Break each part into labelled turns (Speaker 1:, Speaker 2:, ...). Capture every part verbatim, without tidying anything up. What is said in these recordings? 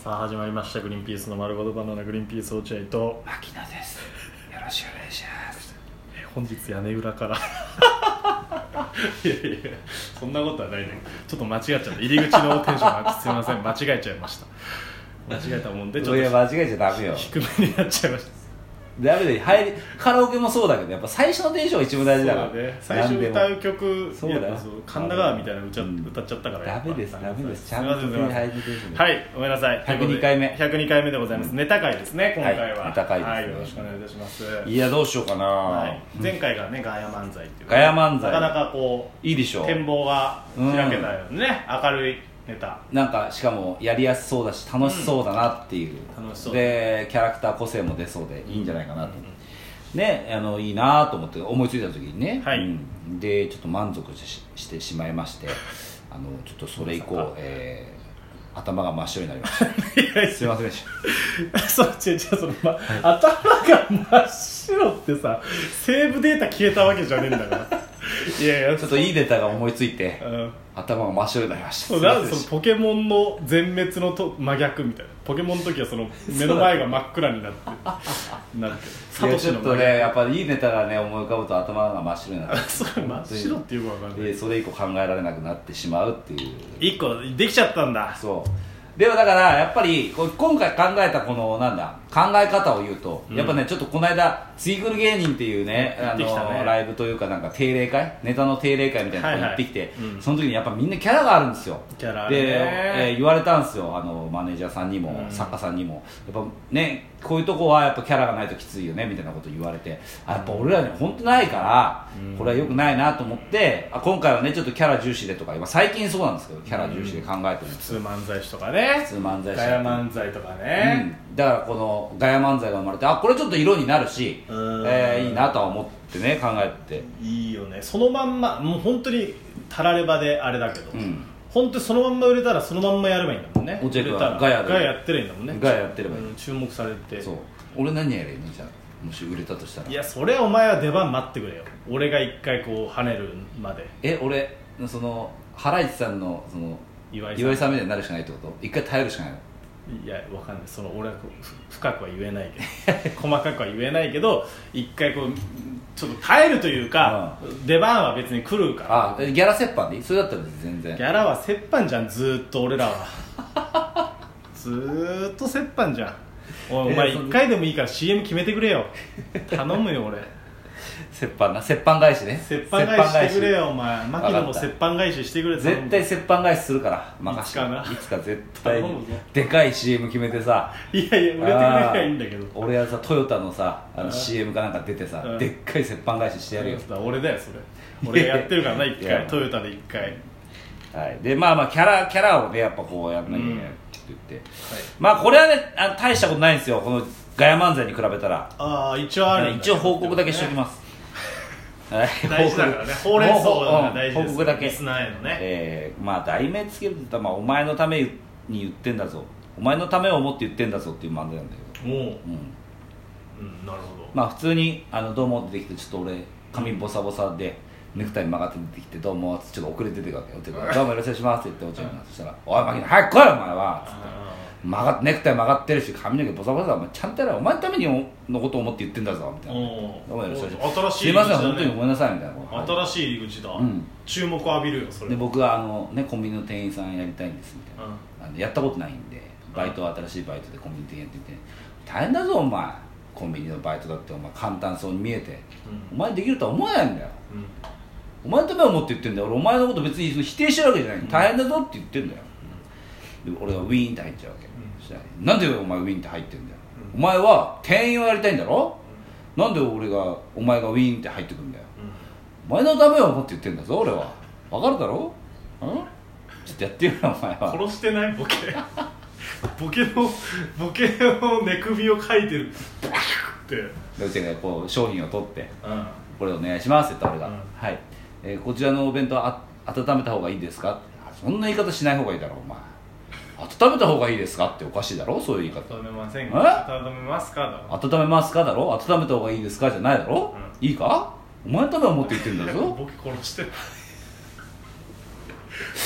Speaker 1: さあ始まりました。グリーンピースの丸ごとバナナ、グリーンピース落合と
Speaker 2: 牧野です。よろしくお願いします。
Speaker 1: 本日屋根裏からいやいやそんなことはないね。ちょっと間違っちゃった。入り口のテンションがすみません、間違えちゃいました。間違えたもんでちょっと
Speaker 2: いや間違えちゃダメよ。
Speaker 1: 低めになっちゃいました。
Speaker 2: ダメで入りカラオケもそうだけどやっぱ最初のテンションが一番大事だから。
Speaker 1: そうだね、最初歌う曲
Speaker 2: そうだよ。
Speaker 1: 神田川みたいなの歌、うん、歌っちゃったから
Speaker 2: ダメですダメです。ちゃんと
Speaker 1: 入りはいごめんなさい。
Speaker 2: ひゃくにかいめ
Speaker 1: ひゃくにかいめでございます。ネタ会ですね今回は。
Speaker 2: はい、ネタ会ですね、
Speaker 1: はい、よろしくお願いいたします。
Speaker 2: いやどうしようかな、
Speaker 1: はい、前回がねガヤ漫才っていう
Speaker 2: ガヤ漫才
Speaker 1: なかなかこう
Speaker 2: いいでしょう。
Speaker 1: 展望が開けたよね、うん、明るいネタ
Speaker 2: なんかしかもやりやすそうだし楽しそうだなっていう、
Speaker 1: うん、楽しそう
Speaker 2: でキャラクター個性も出そうでいいんじゃないかなと、うんうん、ね、あのいいなと思って思いついた時にね、
Speaker 1: はい、
Speaker 2: うん、でちょっと満足し、してしまいましてあのちょっとそれ以降、えー、頭が真っ白になりましたすいませんでした
Speaker 1: そう違う違うその、まはい、頭が真っ白ってさセーブデータ消えたわけじゃねえんだからいやいや
Speaker 2: ちょっといいデータが思いついて、
Speaker 1: うん、
Speaker 2: 頭が真っ白になりました。
Speaker 1: そうなんでそのポケモンの全滅のと真逆みたいな。ポケモンの時はその目の前が真っ暗になってなって
Speaker 2: サトシのちょっとねやっぱいいネタがね思い浮かぶと頭が真っ白になって
Speaker 1: それ真っ白っていうか分かんない。
Speaker 2: それ以降考えられなくなってしまうっていう
Speaker 1: 一個できちゃったんだ。
Speaker 2: そうでもだからやっぱり今回考えたこのなんだ考え方を言うと、うん、やっぱねちょっとこの間ツイグル芸人っていうね、あの
Speaker 1: ね、
Speaker 2: ライブというかなんか定例会ネタの定例会みたいなとこ行ってきて、はいはい、うん、その時にやっぱみんなキャラがあるんですよ。
Speaker 1: キャラあるね。
Speaker 2: で、えー、言われたんですよあのマネージャーさんにも、うん、作家さんにもやっぱねこういうとこはやっぱキャラがないときついよねみたいなこと言われて、あやっぱ俺らには本当ないから、うん、これは良くないなと思ってあ今回はねちょっとキャラ重視でとか今最近そうなんですけどキャラ重視で考えてるんですよ、
Speaker 1: うん、普通漫才師とかね
Speaker 2: 普通漫才師
Speaker 1: ガヤ漫才とかね、
Speaker 2: うん、だからこのガヤ漫才が生まれてあこれちょっと色になるし、えー、いいなとは思ってね考えて
Speaker 1: いいよね。そのまんまもう本当にたらればであれだけど、うん、本当にそのまんま売れたらそのまんまやればいいんだもんね。
Speaker 2: 落合君は
Speaker 1: ガヤガヤやってればいいんだもんね。
Speaker 2: ガヤやってればいい、
Speaker 1: うん、注目されて。
Speaker 2: そう俺何やればいいのじゃあもし売れたとしたら。
Speaker 1: いやそれお前は出番待ってくれよ。俺が一回こう跳ねるまで。
Speaker 2: え俺そのハライチさんのその岩井さんみたいになるしかないってこと。一回耐えるしかないの。
Speaker 1: いやわかんない。その俺は深くは言えないけど細かくは言えないけど一回こうちょっと耐えるというか、うん、出番は別に来るから。
Speaker 2: あギャラ折半でいい。それだったら全然
Speaker 1: ギャラは折半じゃん。ずーっと俺らはずーっと折半じゃん。お, お前一回でもいいから シーエム 決めてくれよ頼むよ俺
Speaker 2: 折半な折半返しね。
Speaker 1: 折半返ししてくれよお前。牧野も折半返ししてくれ。
Speaker 2: 絶対折半返しするから任せて。いつか絶対でかい シーエム 決めてさ
Speaker 1: いやいや売れてくれりゃいいんだけど
Speaker 2: 俺はさトヨタのさあの シーエム かなんか出てさでっかい折半返ししてやるよ。
Speaker 1: 俺だよそれ。俺がやってるからな一回トヨタで一回。
Speaker 2: はいでまあまあキャラキャラをねやっぱこうやんなきゃいけないって言って、うんはい、まあこれはねあの大したことないんですよこのガヤ漫才に比べたら。
Speaker 1: ああ一応あるんだ。
Speaker 2: 一応報告だけしておきます。
Speaker 1: 大事だからね。ほうれん草が大事です。
Speaker 2: 報告だけ。
Speaker 1: リスナーへのね。
Speaker 2: えー、まあ題名つけるって言ったら、まあ、お前のために言ってんだぞ。お前のためを思って言ってんだぞっていう漫才なんだけど。
Speaker 1: おう、うん、うん、
Speaker 2: なるほど。まあ普通にあのどうも出てきてちょっと俺髪ボサボサでネクタイ曲がって出てきてどうもちょっと遅れて出てくるわけよ。どうもよろしくお願いしますって言ってお茶がそしたらおい牧野早く来いよお前はつって。曲がネクタイ曲がってるし髪の毛ボサボサだお前ちゃんとやれお前のためにのことを思って言ってんだぞみたいな。どうもよろしくお願いします。すいません本当にごめんなさいみたいな。
Speaker 1: 新しい入り口だ、うん、注目を浴びるよそれ
Speaker 2: で。僕はあの、ね、コンビニの店員さんやりたいんですみたいな、うん、あのやったことないんでバイトは新しいバイトでコンビニ店員やってて大変だぞお前コンビニのバイトだってお前簡単そうに見えて、うん、お前できるとは思えないんだよ、うん、お前のためを思って言ってんだよ。俺お前のこと別に否定してるわけじゃない、うん、大変だぞって言ってんだよ、うん、で俺がウィーンって入っちゃうわけ、うん、そしたらなんでお前ウィーンって入ってんだよ、うん、お前は店員をやりたいんだろ、うん、なんで俺がお前がウィーンって入ってくんだよ、うん、お前のためを思って言ってんだぞ俺は。分かるだろ。うんちょっとやってよお前は。
Speaker 1: 殺してないボケボケのボケの寝首をかいてるバーって
Speaker 2: でうちがこう商品を取って、
Speaker 1: うん、
Speaker 2: これお願いしますって言った俺が、
Speaker 1: うん
Speaker 2: はい、えー、こちらのお弁当あ温めた方がいいですか。そんな言い方しない方がいいだろお前。温めた方がいいですかっておかしいだろそういう言い方。
Speaker 1: 温めませんか温めますかだろ。
Speaker 2: 温めますかだろ。温めた方がいいですかじゃないだろ、うん、いいかお前のためを思って言ってるんだぞ
Speaker 1: ボケ殺してる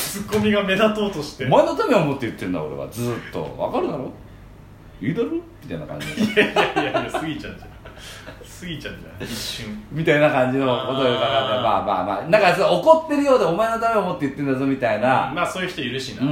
Speaker 1: ツッコミが目立とうとして
Speaker 2: お前のためを思って言ってんだ俺はずーっと分かるだろいいだろみたいな感じで
Speaker 1: いやいやいやいや過ぎちゃうじゃん過ぎちゃうじゃん一瞬
Speaker 2: みたいな感じのことを言うからねまあまあまあだからそれ怒ってるようでお前のためを思って言ってんだぞみたいな、
Speaker 1: まあそういう人いるしな、
Speaker 2: うん、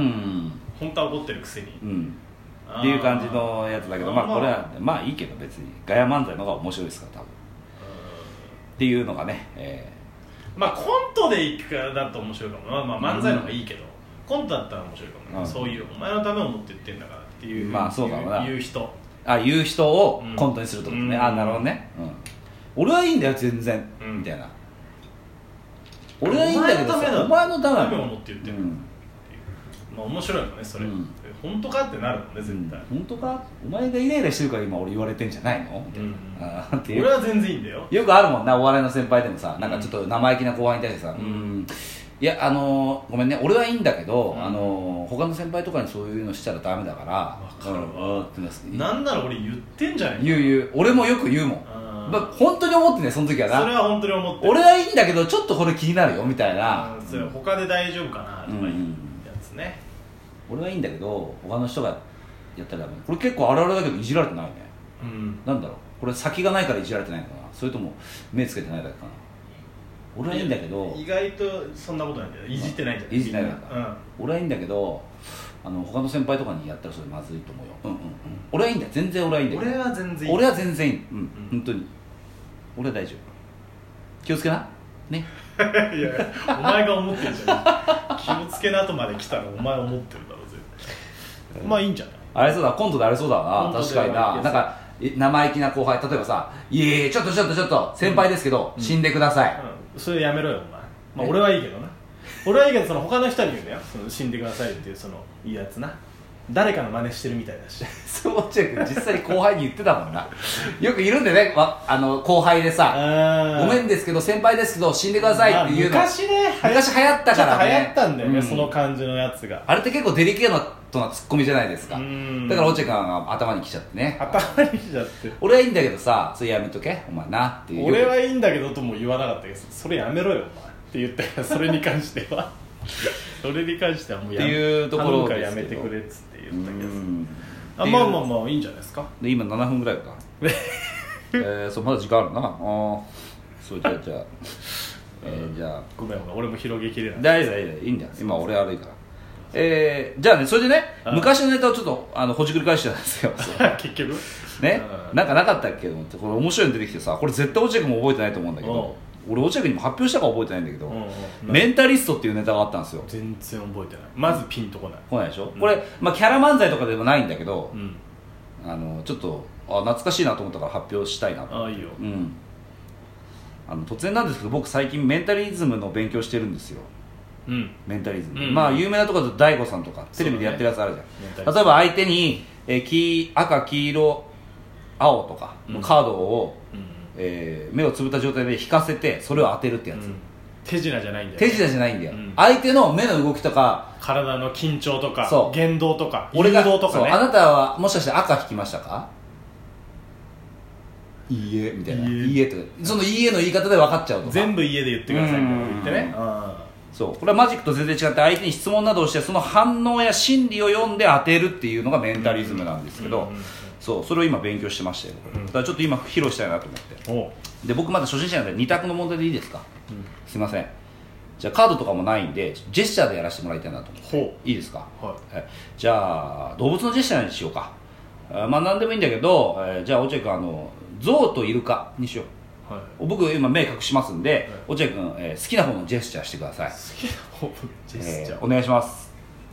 Speaker 1: 本当は怒ってるくせに、
Speaker 2: うん、っていう感じのやつだけどまあこれはまあいいけど別にガヤ漫才の方が面白いですから多分っていうのがね、え
Speaker 1: ー、まあコントでいくかだと面白いかも、まあ、まあ漫才の方がいいけど、うん、コントだったら面白いかもね、うん、そういうお前のためを思って言ってんだからっていう
Speaker 2: まあそうかもな
Speaker 1: 言う人
Speaker 2: あ言う人をコントにするってことね、うん、あなるほどね、うん、俺はいいんだよ全然、うん、みたいな俺はいいんだけどさお前のため
Speaker 1: を思って言ってる、うん、まあ面白いもんねそれ、うん、本当かってなるもんね絶対、うん、
Speaker 2: 本当かお前がイライラしてるから今俺言われてんじゃないのみたいな、うん、
Speaker 1: あっていう俺は全然いいんだよ
Speaker 2: よくあるもんなお笑いの先輩でもさなんかちょっと生意気な後輩に対してさ、うん、うんいやあのー、ごめんね俺はいいんだけど、うん、あのー、他の先輩とかにそういうのしたらダメだから
Speaker 1: 分かるわ、うん、なんなら俺言ってんじゃない
Speaker 2: 言う言う俺もよく言うもん、まあ、本当に思ってねその時はな
Speaker 1: それは本当に思って
Speaker 2: 俺はいいんだけどちょっとこれ気になるよみたいな、
Speaker 1: うん、それ他で大丈夫かなとかいうやつね、
Speaker 2: うん、俺はいいんだけど他の人がやったらダメこれ結構あるあるだけどいじられてないね、うん、なんだろうこれ先がないからいじられてないのかなそれとも目つけてないだけかな俺はいいんだけど
Speaker 1: 意外とそんなことないんだよいじってないんじゃない
Speaker 2: いじってないんだ、うん、俺はいいんだけどあの他の先輩とかにやったらそれまずいと思うよ、うんうんうん、俺はいいんだよ全然俺はいいんだよ
Speaker 1: 俺は全然いい
Speaker 2: 俺は全然いい、うんうん、本当に俺は大丈夫気をつけなね
Speaker 1: いやお前が思ってるじゃん気をつけなとまで来たらお前思ってるだろうぜまあいいんじゃない
Speaker 2: あれそうだコントであれそうだな確かにななんか生意気な後輩例えばさいえいえちょっとちょっとちょっと先輩ですけど、うん、死んでください、うん
Speaker 1: それやめろよお前、まあ、俺はいいけどな俺はいいけどその他の人に言うんだよその死んでくださいっていうそのいいやつな誰かの真似してるみたいだし
Speaker 2: そう落合君実際に後輩に言ってたもんなよくいるんでねあの後輩でさごめんですけど先輩ですけど死んでくださいっていうの
Speaker 1: 昔ね
Speaker 2: 昔流行ったからね
Speaker 1: 流行ったんだよね、うん、その感じのやつが
Speaker 2: あれって結構デリケートなツッコミじゃないですかだから落合君が頭にきちゃってね
Speaker 1: 頭にきちゃって
Speaker 2: 俺はいいんだけどさそれやめとけお前なっていう
Speaker 1: 俺はいいんだけどとも言わなかったけどそれやめろよお前って言ったそれに関してはそれに関してはもうやめ
Speaker 2: っていうところ
Speaker 1: からやめてくれっつって言ったけどあまあまあまあいいんじゃないですか
Speaker 2: で今ななふんぐらいかえー、そうまだ時間あるなあそうじゃあじゃあ、えー、じゃあ
Speaker 1: ごめん俺も広げきれない
Speaker 2: 大丈夫大丈夫いいんだよ今俺悪いからえー、じゃあねそれでね昔のネタをちょっとあのほじくり返してたんですよ
Speaker 1: 結局
Speaker 2: ねなんかなかったっけと思ってこれ面白いの出てきてさこれ絶対落合君も覚えてないと思うんだけど俺落合君にも発表したか覚えてないんだけど、うんうん、メンタリストっていうネタがあったんですよ
Speaker 1: 全然覚えてないまずピンとこない
Speaker 2: 来ないでしょ、うん、これ、まあ、キャラ漫才とかでもないんだけど、うん、あのちょっとあ懐かしいなと思ったから発表したいなと
Speaker 1: あいいよ、
Speaker 2: うん、あの突然なんですけど僕最近メンタリズムの勉強してるんですよ、うん、メンタリズム、うん、まあ有名なところだと大悟さんとかテレビでやってるやつあるじゃん、ね、例えば相手に、えー、黄赤黄色青とかのカードを、うんえー、目をつぶった状態で引かせてそれを当てるってやつ、うん、
Speaker 1: 手品じゃないんだよ、ね、
Speaker 2: 手品じゃないんだよ、うん、相手の目の動きとか
Speaker 1: 体の緊張とか言動とか
Speaker 2: 俺が
Speaker 1: 誘導とかね
Speaker 2: あなたはもしかして赤引きましたかいいえみたいないいえとそのいいえの言い方で分かっちゃうとか
Speaker 1: 全部いいえで言ってくださいって言ってね
Speaker 2: そうこれはマジックと全然違って相手に質問などをしてその反応や心理を読んで当てるっていうのがメンタリズムなんですけど、うんうんうんそうそれを今勉強してまして、うん、だからちょっと今披露したいなと思ってで僕まだ初心者なのでに択の問題でいいですか、うん、すいませんじゃあカードとかもないんでジェスチャーでやらせてもらいたいなと思っていいですか、はいはい、じゃあ動物のジェスチャーにしようかあまあ何でもいいんだけど、えー、じゃあ落合君あの象とイルカにしよう、はい、僕今目隠しますんで、はい、落合君、えー、好きな方のジェスチャーしてください好
Speaker 1: きな方のジェスチャー、えー、
Speaker 2: お願いします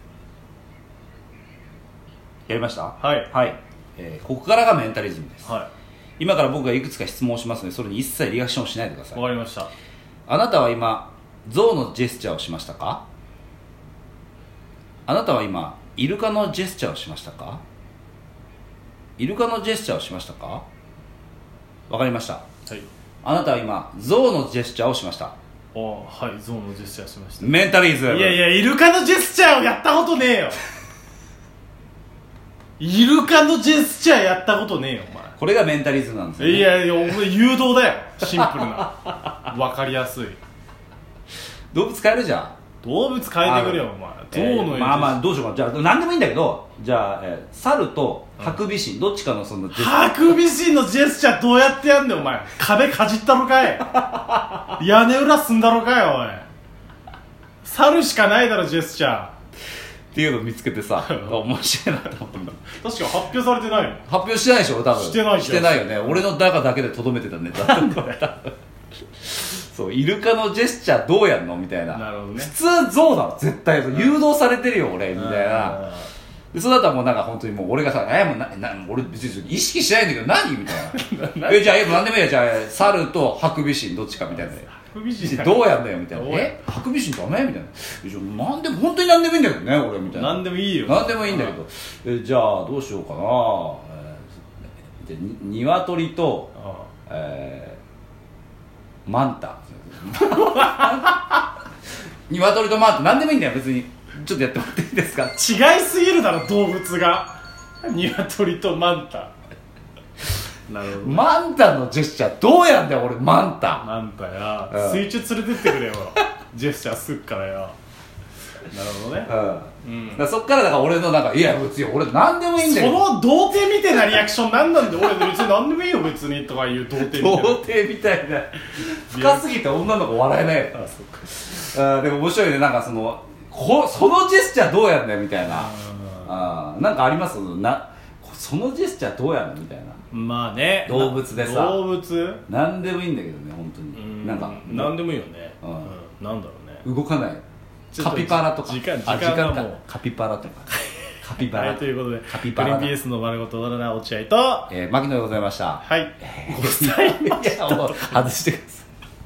Speaker 2: やりました
Speaker 1: はい
Speaker 2: はいえー、ここからがメンタリズムです、
Speaker 1: はい、
Speaker 2: 今から僕がいくつか質問をしますのでそれに一切リアクションをしないでください
Speaker 1: わかりました
Speaker 2: あなたは今象のジェスチャーをしましたかあなたは今イルカのジェスチャーをしましたかイルカのジェスチャーをしましたかわかりました、はい、あなたは今象のジェスチャーをしました
Speaker 1: おはい象のジェスチャーしました
Speaker 2: メンタリズム
Speaker 1: いやいやイルカのジェスチャーをやったことねえよイルカのジェスチャーやったことねえよお前
Speaker 2: これがメンタリズムなんですよ、ね、
Speaker 1: いやいやお前誘導だよシンプルな分かりやすい
Speaker 2: 動物変えるじゃん
Speaker 1: 動物変えてくれよお前。象の、
Speaker 2: えー、まあまあどうしようか。じゃあ何でもいいんだけど、じゃあ、えー、猿とハクビシン、うん、どっちかのその
Speaker 1: ハクビシンのジェスチャーどうやってやんねんお前。壁かじったろかい屋根裏すんだろかよおい。猿しかないだろジェスチャー
Speaker 2: っていうのを見つけてさ面白いなと思ったんだ。
Speaker 1: 確か発表されてないの。
Speaker 2: 発表してないでしょ多分。
Speaker 1: してない
Speaker 2: してないよね。俺のダガだけでとどめてたネタなんだよそう、イルカのジェスチャーどうやんのみたいな。
Speaker 1: なるほどね。
Speaker 2: 普通象だろ絶対。誘導されてるよ俺みたいな。でそれだったらもうなんか本当にもう俺がさ、えもうなな俺別に意識しないんだけど何みたいなえじゃあえ何でもいいや。じゃあ猿とハクビシンどっちかみたいな。ハクビシンどうやんだよみたいな。えハクビシンダメみたいな。なんでも本当に何でもいいんだけどね俺みたいな。
Speaker 1: 何でもいいよ。
Speaker 2: 何でもいいんだけど。えじゃあどうしようかな。えー、じゃあニワトリとえー、マンタニワトリとマンタ何でもいいんだよ別に。ちょっとやってもらっていいですか。
Speaker 1: 違いすぎるだろ動物が。ニワトリとマンタなるほど、ね、
Speaker 2: マンタのジェスチャーどうやんだよ俺。マンタ
Speaker 1: マンタや、うん、水中連れてってくれよジェスチャーすっからよ。なるほどね。うん、うん、だ
Speaker 2: そっからだから俺のなんかいや別に俺何でもいいんだよ。
Speaker 1: その童貞みたいなリアクションなんなんで俺別に何でもいいよ別にとかいう童貞みたいな。
Speaker 2: 童貞みたいな深すぎて女の子笑えないよ。あそっか。あでも面白いね。なんかそのこそのジェスチャーどうやんだよみたいな。あなんかありますな。そのジェスチャーどうやんのみたいな。
Speaker 1: まあね
Speaker 2: 動物でさ
Speaker 1: 動物
Speaker 2: 何でもいいんだけどね本当に。んなんか
Speaker 1: 何でもいいよね、うんうん、なんだろうね。
Speaker 2: 動かないカピバラとか。
Speaker 1: 時間時間がもう
Speaker 2: カピバラとかカピバラ、
Speaker 1: はい、ということで
Speaker 2: カピバラ
Speaker 1: グリーンピースの丸ごとドラナ落合と、
Speaker 2: えー、牧野でございました。
Speaker 1: はい、えー、ございました
Speaker 2: いやもう外してください。